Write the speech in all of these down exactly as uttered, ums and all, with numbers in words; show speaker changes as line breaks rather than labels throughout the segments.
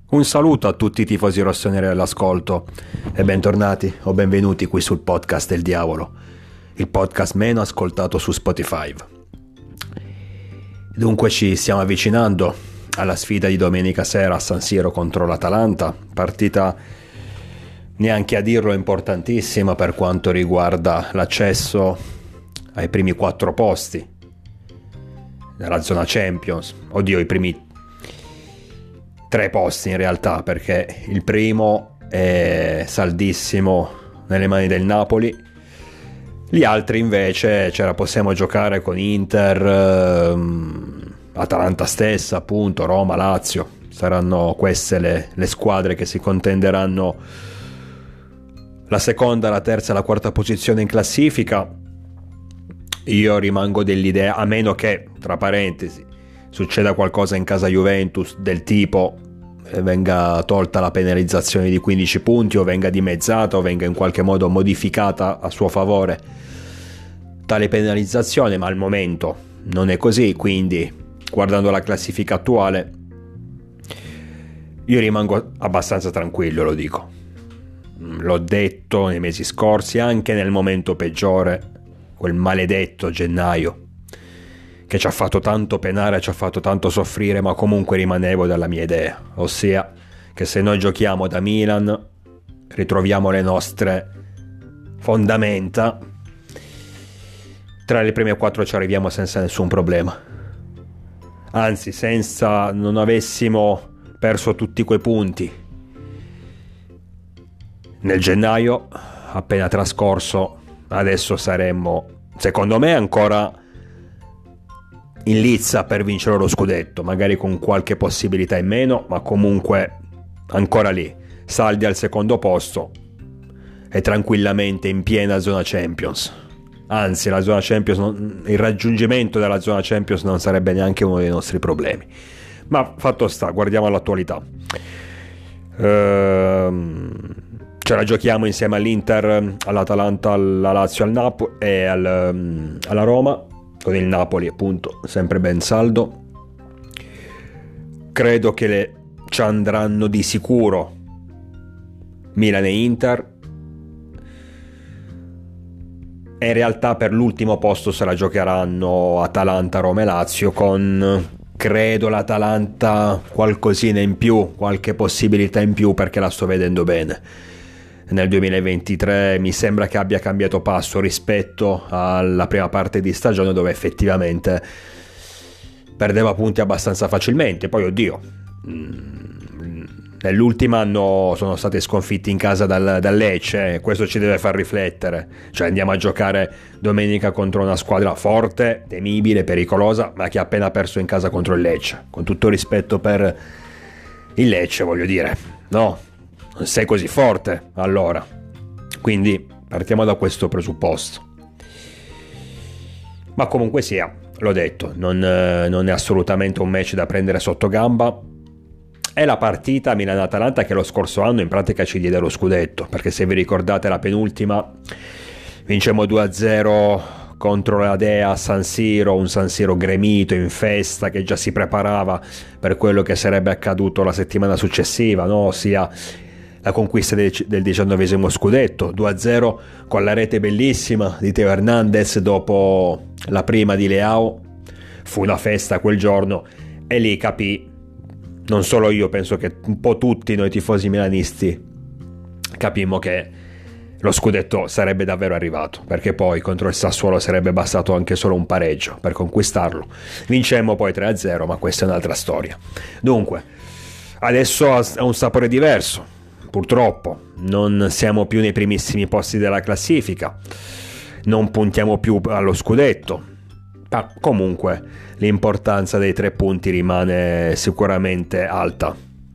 Un saluto a tutti i tifosi rossoneri all'ascolto e bentornati o benvenuti qui sul podcast del diavolo, il podcast meno ascoltato su Spotify. Dunque ci stiamo avvicinando alla sfida di domenica sera a San Siro contro l'Atalanta, partita neanche a dirlo importantissima per quanto riguarda l'accesso ai primi quattro posti nella zona Champions, oddio i primi tre posti in realtà, perché il primo è saldissimo nelle mani del Napoli, gli altri invece ce la possiamo giocare con Inter, ehm, Atalanta stessa appunto, Roma, Lazio. Saranno queste le, le squadre che si contenderanno la seconda, la terza e la quarta posizione in classifica. Io rimango dell'idea, a meno che, tra parentesi, succeda qualcosa in casa Juventus del tipo eh, venga tolta la penalizzazione di quindici punti o venga dimezzata o venga in qualche modo modificata a suo favore tale penalizzazione, ma al momento non è così, quindi guardando la classifica attuale io rimango abbastanza tranquillo, lo dico, l'ho detto nei mesi scorsi, anche nel momento peggiore, quel maledetto gennaio che ci ha fatto tanto penare, ci ha fatto tanto soffrire, ma comunque rimanevo dalla mia idea, ossia che se noi giochiamo da Milan, ritroviamo le nostre fondamenta, tra le prime quattro ci arriviamo senza nessun problema. Anzi, senza non avessimo perso tutti quei punti nel gennaio appena trascorso, adesso saremmo, secondo me, ancora in lizza per vincere lo scudetto, magari con qualche possibilità in meno, ma comunque ancora lì, saldi al secondo posto e tranquillamente in piena zona Champions. Anzi, la zona Champions non, il raggiungimento della zona Champions non sarebbe neanche uno dei nostri problemi. Ma fatto sta, guardiamo all'attualità. Ehm, ce la giochiamo insieme all'Inter, all'Atalanta, alla Lazio, al Napoli e al, alla Roma, con il Napoli appunto sempre ben saldo. Credo che le ci andranno di sicuro Milan e Inter, e in realtà per l'ultimo posto se la giocheranno Atalanta, Roma e Lazio, con credo l'Atalanta qualcosina in più, qualche possibilità in più, perché la sto vedendo bene nel duemilaventitré. Mi sembra che abbia cambiato passo rispetto alla prima parte di stagione, dove effettivamente perdeva punti abbastanza facilmente. Poi oddio, nell'ultimo anno sono stati sconfitti in casa dal, dal Lecce, e questo ci deve far riflettere. Cioè andiamo a giocare domenica contro una squadra forte, temibile, pericolosa, ma che ha appena perso in casa contro il Lecce. Con tutto rispetto per il Lecce, voglio dire, no, non sei così forte allora. Quindi partiamo da questo presupposto. Ma comunque sia, l'ho detto, non, non è assolutamente un match da prendere sotto gamba. È la partita Milan-Atalanta che lo scorso anno in pratica ci diede lo scudetto, perché se vi ricordate la penultima vincemmo due a zero contro la Dea a San Siro, un San Siro gremito, in festa, che già si preparava per quello che sarebbe accaduto la settimana successiva, no? Ossia la conquista del, del diciannovesimo scudetto, due a zero con la rete bellissima di Teo Hernandez dopo la prima di Leao. Fu una festa quel giorno e lì capì, non solo io, penso che un po' tutti noi tifosi milanisti capimmo che lo scudetto sarebbe davvero arrivato, perché poi contro il Sassuolo sarebbe bastato anche solo un pareggio per conquistarlo. Vincemmo poi tre a zero, ma questa è un'altra storia. Dunque, adesso ha un sapore diverso. Purtroppo non siamo più nei primissimi posti della classifica, non puntiamo più allo scudetto, ma comunque l'importanza dei tre punti rimane sicuramente alta.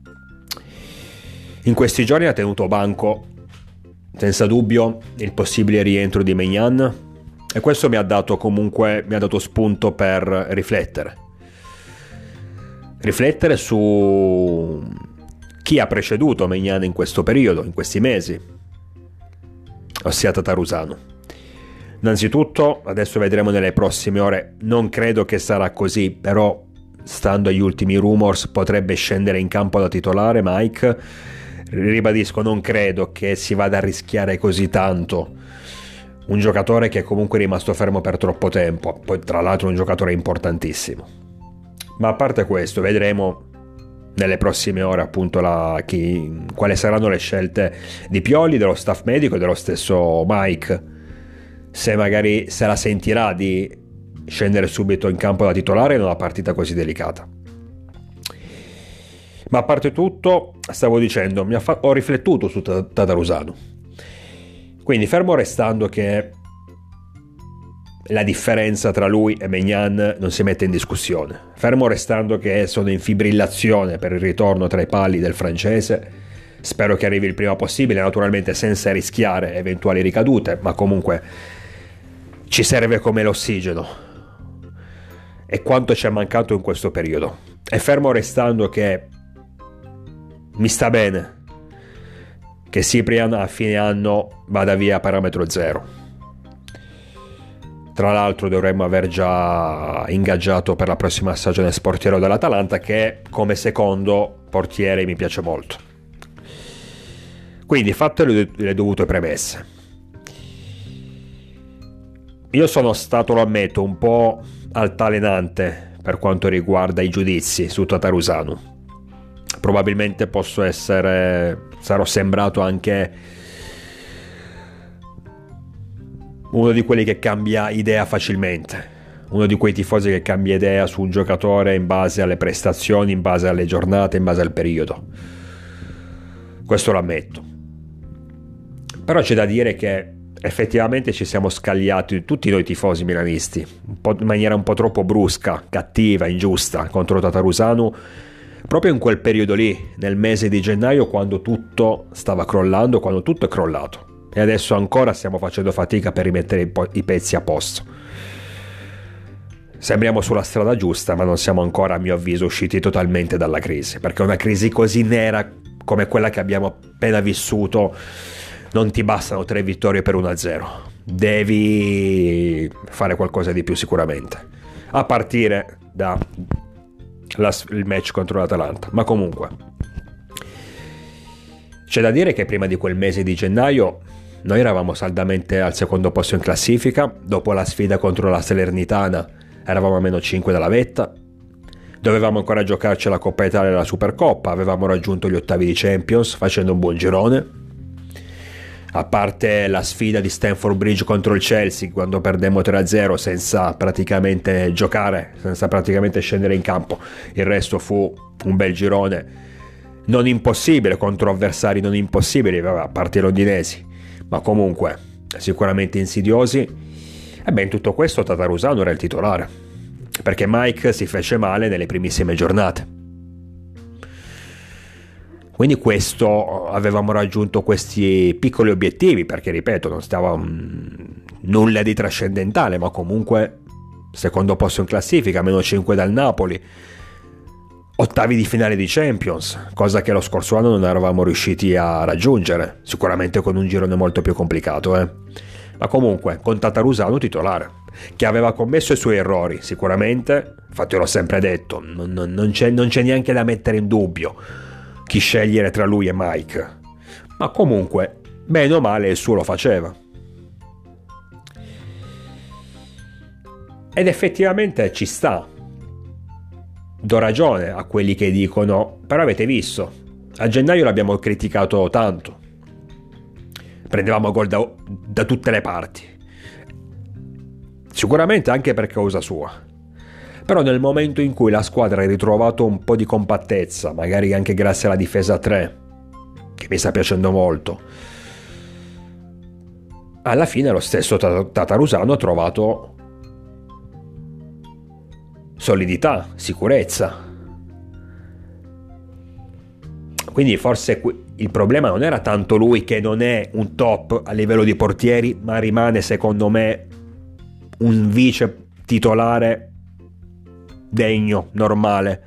In questi giorni ha tenuto banco senza dubbio il possibile rientro di Maignan, e questo mi ha dato comunque mi ha dato spunto per riflettere riflettere su chi ha preceduto Maignan in questo periodo, in questi mesi, ossia Tatarusanu. Innanzitutto, adesso vedremo nelle prossime ore, non credo che sarà così, però stando agli ultimi rumors, potrebbe scendere in campo da titolare Mike. Ribadisco, non credo che si vada a rischiare così tanto un giocatore che è comunque rimasto fermo per troppo tempo, poi tra l'altro un giocatore importantissimo. Ma a parte questo, vedremo nelle prossime ore appunto la, chi, quali saranno le scelte di Pioli, dello staff medico e dello stesso Mike, se magari se la sentirà di scendere subito in campo da titolare in una partita così delicata. Ma a parte tutto, stavo dicendo, mi ha fa- ho riflettuto su Tatarusanu, quindi fermo restando che la differenza tra lui e Maignan non si mette in discussione, fermo restando che sono in fibrillazione per il ritorno tra i pali del francese, spero che arrivi il prima possibile, naturalmente senza rischiare eventuali ricadute, ma comunque ci serve come l'ossigeno, e quanto ci è mancato in questo periodo. E fermo restando che mi sta bene che Cyprien a fine anno vada via a parametro zero. Tra l'altro dovremmo aver già ingaggiato per la prossima stagione Sportiero dell'Atalanta, che come secondo portiere mi piace molto. Quindi fatte le, le dovute premesse, io sono stato, lo ammetto, un po' altalenante per quanto riguarda i giudizi su Tatarusanu. Probabilmente posso essere, sarò sembrato anche uno di quelli che cambia idea facilmente, uno di quei tifosi che cambia idea su un giocatore in base alle prestazioni, in base alle giornate, in base al periodo. Questo lo ammetto. Però c'è da dire che effettivamente ci siamo scagliati tutti noi tifosi milanisti un po', in maniera un po' troppo brusca, cattiva, ingiusta contro Tatarusanu, proprio in quel periodo lì, nel mese di gennaio, quando tutto stava crollando, quando tutto è crollato. E adesso ancora stiamo facendo fatica per rimettere i, po- i pezzi a posto. Sembriamo sulla strada giusta, ma non siamo ancora, a mio avviso, usciti totalmente dalla crisi, perché una crisi così nera come quella che abbiamo appena vissuto non ti bastano tre vittorie per uno a zero. Devi fare qualcosa di più sicuramente, a partire da la, il match contro l'Atalanta. Ma comunque c'è da dire che prima di quel mese di gennaio noi eravamo saldamente al secondo posto in classifica. Dopo la sfida contro la Salernitana eravamo a meno cinque dalla vetta, dovevamo ancora giocarci la Coppa Italia e la Supercoppa, avevamo raggiunto gli ottavi di Champions facendo un buon girone, a parte la sfida di Stamford Bridge contro il Chelsea, quando perdemmo tre a zero senza praticamente giocare, senza praticamente scendere in campo. Il resto fu un bel girone, non impossibile, contro avversari non impossibili, a parte i londinesi, ma comunque sicuramente insidiosi. E beh, in tutto questo Tatarusanu era il titolare, perché Mike si fece male nelle primissime giornate. Quindi questo, avevamo raggiunto questi piccoli obiettivi, perché ripeto, non stava mh, nulla di trascendentale, ma comunque secondo posto in classifica, meno cinque dal Napoli, ottavi di finale di Champions, cosa che lo scorso anno non eravamo riusciti a raggiungere, sicuramente con un girone molto più complicato, eh. Ma comunque con Tatarusanu titolare, che aveva commesso i suoi errori sicuramente, infatti l'ho sempre detto, non, non, non, c'è, non c'è neanche da mettere in dubbio chi scegliere tra lui e Mike, ma comunque bene o male il suo lo faceva. Ed effettivamente ci sta. Do ragione a quelli che dicono, però avete visto, a gennaio l'abbiamo criticato tanto, prendevamo gol da, da tutte le parti, sicuramente anche per causa sua, però nel momento in cui la squadra ha ritrovato un po' di compattezza, magari anche grazie alla difesa a tre, che mi sta piacendo molto, alla fine lo stesso Tatarusanu ha trovato solidità, sicurezza. Quindi forse il problema non era tanto lui, che non è un top a livello di portieri, ma rimane secondo me un vice titolare degno, normale.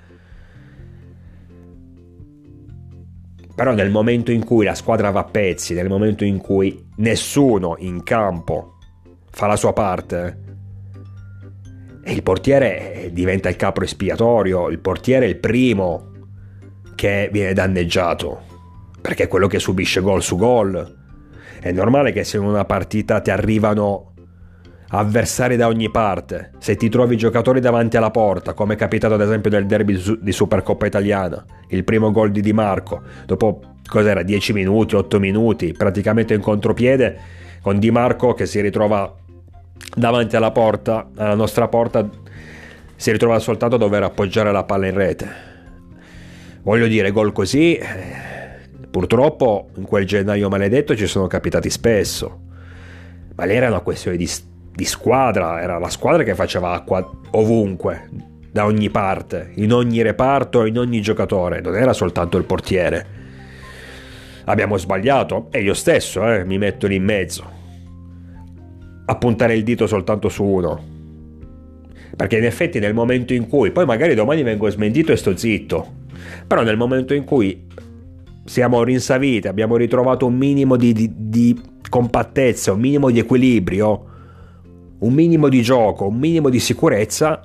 Però nel momento in cui la squadra va a pezzi, nel momento in cui nessuno in campo fa la sua parte, e il portiere diventa il capro espiatorio, il portiere è il primo che viene danneggiato, perché è quello che subisce gol su gol. È normale che se in una partita ti arrivano avversari da ogni parte, se ti trovi giocatori davanti alla porta, come è capitato ad esempio nel derby di Supercoppa Italiana, il primo gol di Di Marco, dopo cos'era, dieci minuti, otto minuti, praticamente in contropiede, con Di Marco che si ritrova davanti alla porta, alla nostra porta, si ritrova soltanto a dover appoggiare la palla in rete. Voglio dire, gol così, eh, purtroppo in quel gennaio maledetto ci sono capitati spesso, ma lì era una questione di, di squadra, era la squadra che faceva acqua ovunque, da ogni parte, in ogni reparto, in ogni giocatore, non era soltanto il portiere. Abbiamo sbagliato, e io stesso eh, mi metto lì in mezzo a puntare il dito soltanto su uno, perché in effetti nel momento in cui, poi magari domani vengo smentito e sto zitto, però nel momento in cui siamo rinsaviti, abbiamo ritrovato un minimo di, di, di compattezza, un minimo di equilibrio, un minimo di gioco, un minimo di sicurezza,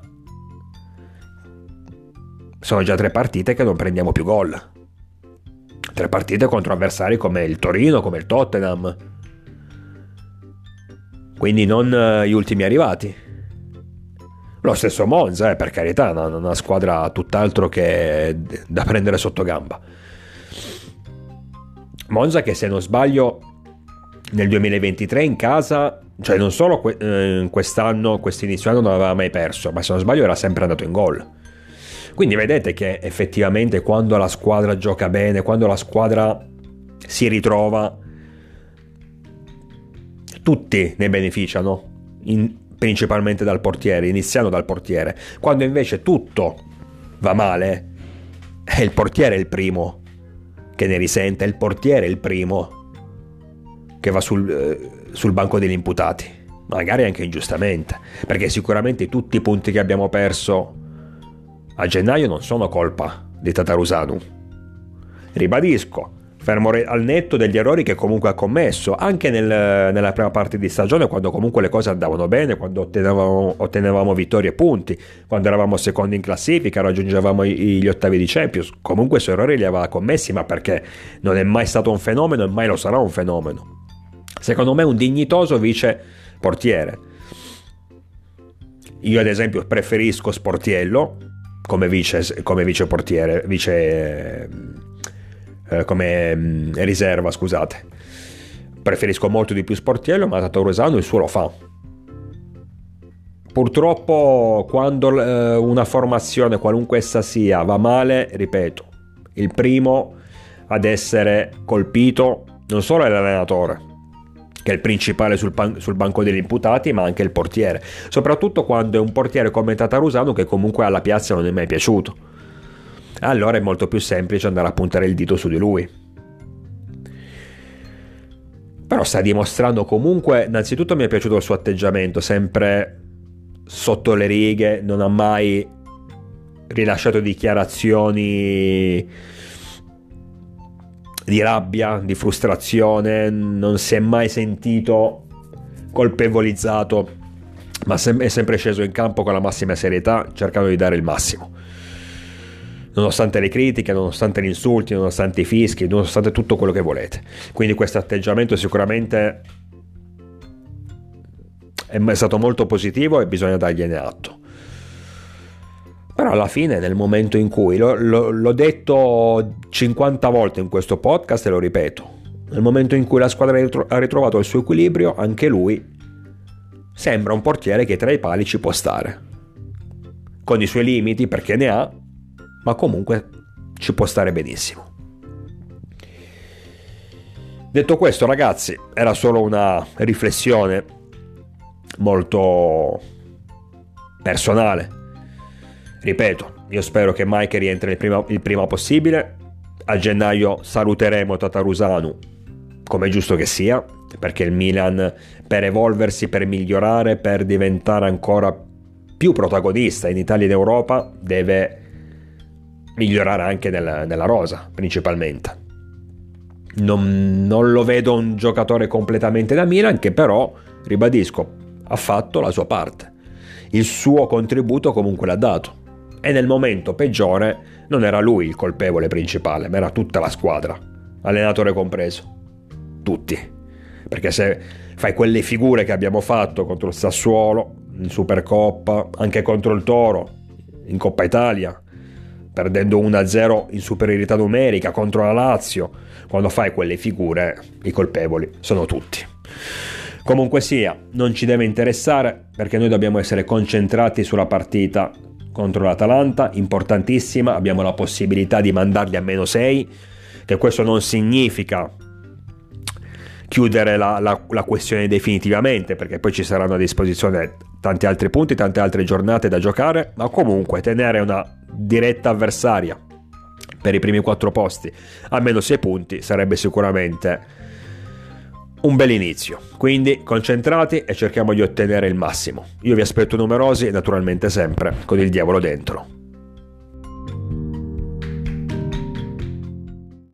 sono già tre partite che non prendiamo più gol, tre partite contro avversari come il Torino, come il Tottenham, quindi non uh, gli ultimi arrivati. Lo stesso Monza, eh, per carità, una, una squadra tutt'altro che da prendere sotto gamba. Monza che, se non sbaglio, nel duemilaventitré in casa, cioè non solo que- eh, quest'anno, quest'inizio anno non aveva mai perso, ma se non sbaglio era sempre andato in gol. Quindi vedete che effettivamente quando la squadra gioca bene, quando la squadra si ritrova, tutti ne beneficiano, in, principalmente dal portiere, iniziando dal portiere. Quando invece tutto va male, è il portiere il primo che ne risente, è il portiere il primo che va sul, eh, sul banco degli imputati, magari anche ingiustamente, perché sicuramente tutti i punti che abbiamo perso a gennaio non sono colpa di Tatarusanu. Ribadisco, fermo al netto degli errori che comunque ha commesso, anche nel, nella prima parte di stagione, quando comunque le cose andavano bene, quando ottenevamo, ottenevamo vittorie e punti, quando eravamo secondi in classifica, raggiungevamo i, gli ottavi di Champions, comunque i suoi errori li aveva commessi, ma perché non è mai stato un fenomeno e mai lo sarà un fenomeno. Secondo me un dignitoso vice portiere. Io ad esempio preferisco Sportiello come vice, come vice portiere, vice... come mh, riserva, scusate. Preferisco molto di più Sportiello, ma Tatarusanu il suo lo fa. Purtroppo quando eh, una formazione, qualunque essa sia, va male, ripeto, il primo ad essere colpito non solo è l'allenatore, che è il principale sul, pan- sul banco degli imputati, ma anche il portiere, soprattutto quando è un portiere come Tatarusanu che comunque alla piazza non è mai piaciuto. Allora è molto più semplice andare a puntare il dito su di lui. Però sta dimostrando comunque, innanzitutto mi è piaciuto il suo atteggiamento, sempre sotto le righe, non ha mai rilasciato dichiarazioni di rabbia, di frustrazione, non si è mai sentito colpevolizzato, ma è sempre sceso in campo con la massima serietà, cercando di dare il massimo. Nonostante le critiche, nonostante gli insulti, nonostante i fischi, nonostante tutto quello che volete. Quindi questo atteggiamento sicuramente è stato molto positivo e bisogna dargliene atto. Però alla fine, nel momento in cui, lo, lo, l'ho detto cinquanta volte in questo podcast e lo ripeto, nel momento in cui la squadra ha ritrovato il suo equilibrio, anche lui sembra un portiere che tra i pali ci può stare. Con i suoi limiti, perché ne ha, ma comunque ci può stare benissimo. Detto questo, ragazzi, era solo una riflessione molto personale. Ripeto, io spero che Mike rientri il prima, il prima possibile. A gennaio saluteremo Tatarusanu, come è giusto che sia, perché il Milan, per evolversi, per migliorare, per diventare ancora più protagonista in Italia ed Europa, deve migliorare anche nella, nella rosa, principalmente. Non, non lo vedo un giocatore completamente da Milan, che però, ribadisco, ha fatto la sua parte. il suo contributo comunque l'ha dato. E nel momento peggiore non era lui il colpevole principale, ma era tutta la squadra, allenatore compreso. Tutti. Perché se fai quelle figure che abbiamo fatto contro il Sassuolo, in Supercoppa, anche contro il Toro, in Coppa Italia, perdendo uno a zero in superiorità numerica contro la Lazio, quando fai quelle figure i colpevoli sono tutti. Comunque sia, non ci deve interessare, perché noi dobbiamo essere concentrati sulla partita contro l'Atalanta, importantissima. Abbiamo la possibilità di mandarli a meno sei, che questo non significa chiudere la, la, la questione definitivamente, perché poi ci saranno a disposizione tanti altri punti, tante altre giornate da giocare, ma comunque tenere una diretta avversaria per i primi quattro posti a meno sei punti sarebbe sicuramente un bel inizio. Quindi concentrati e cerchiamo di ottenere il massimo. Io vi aspetto numerosi e naturalmente sempre con il diavolo dentro.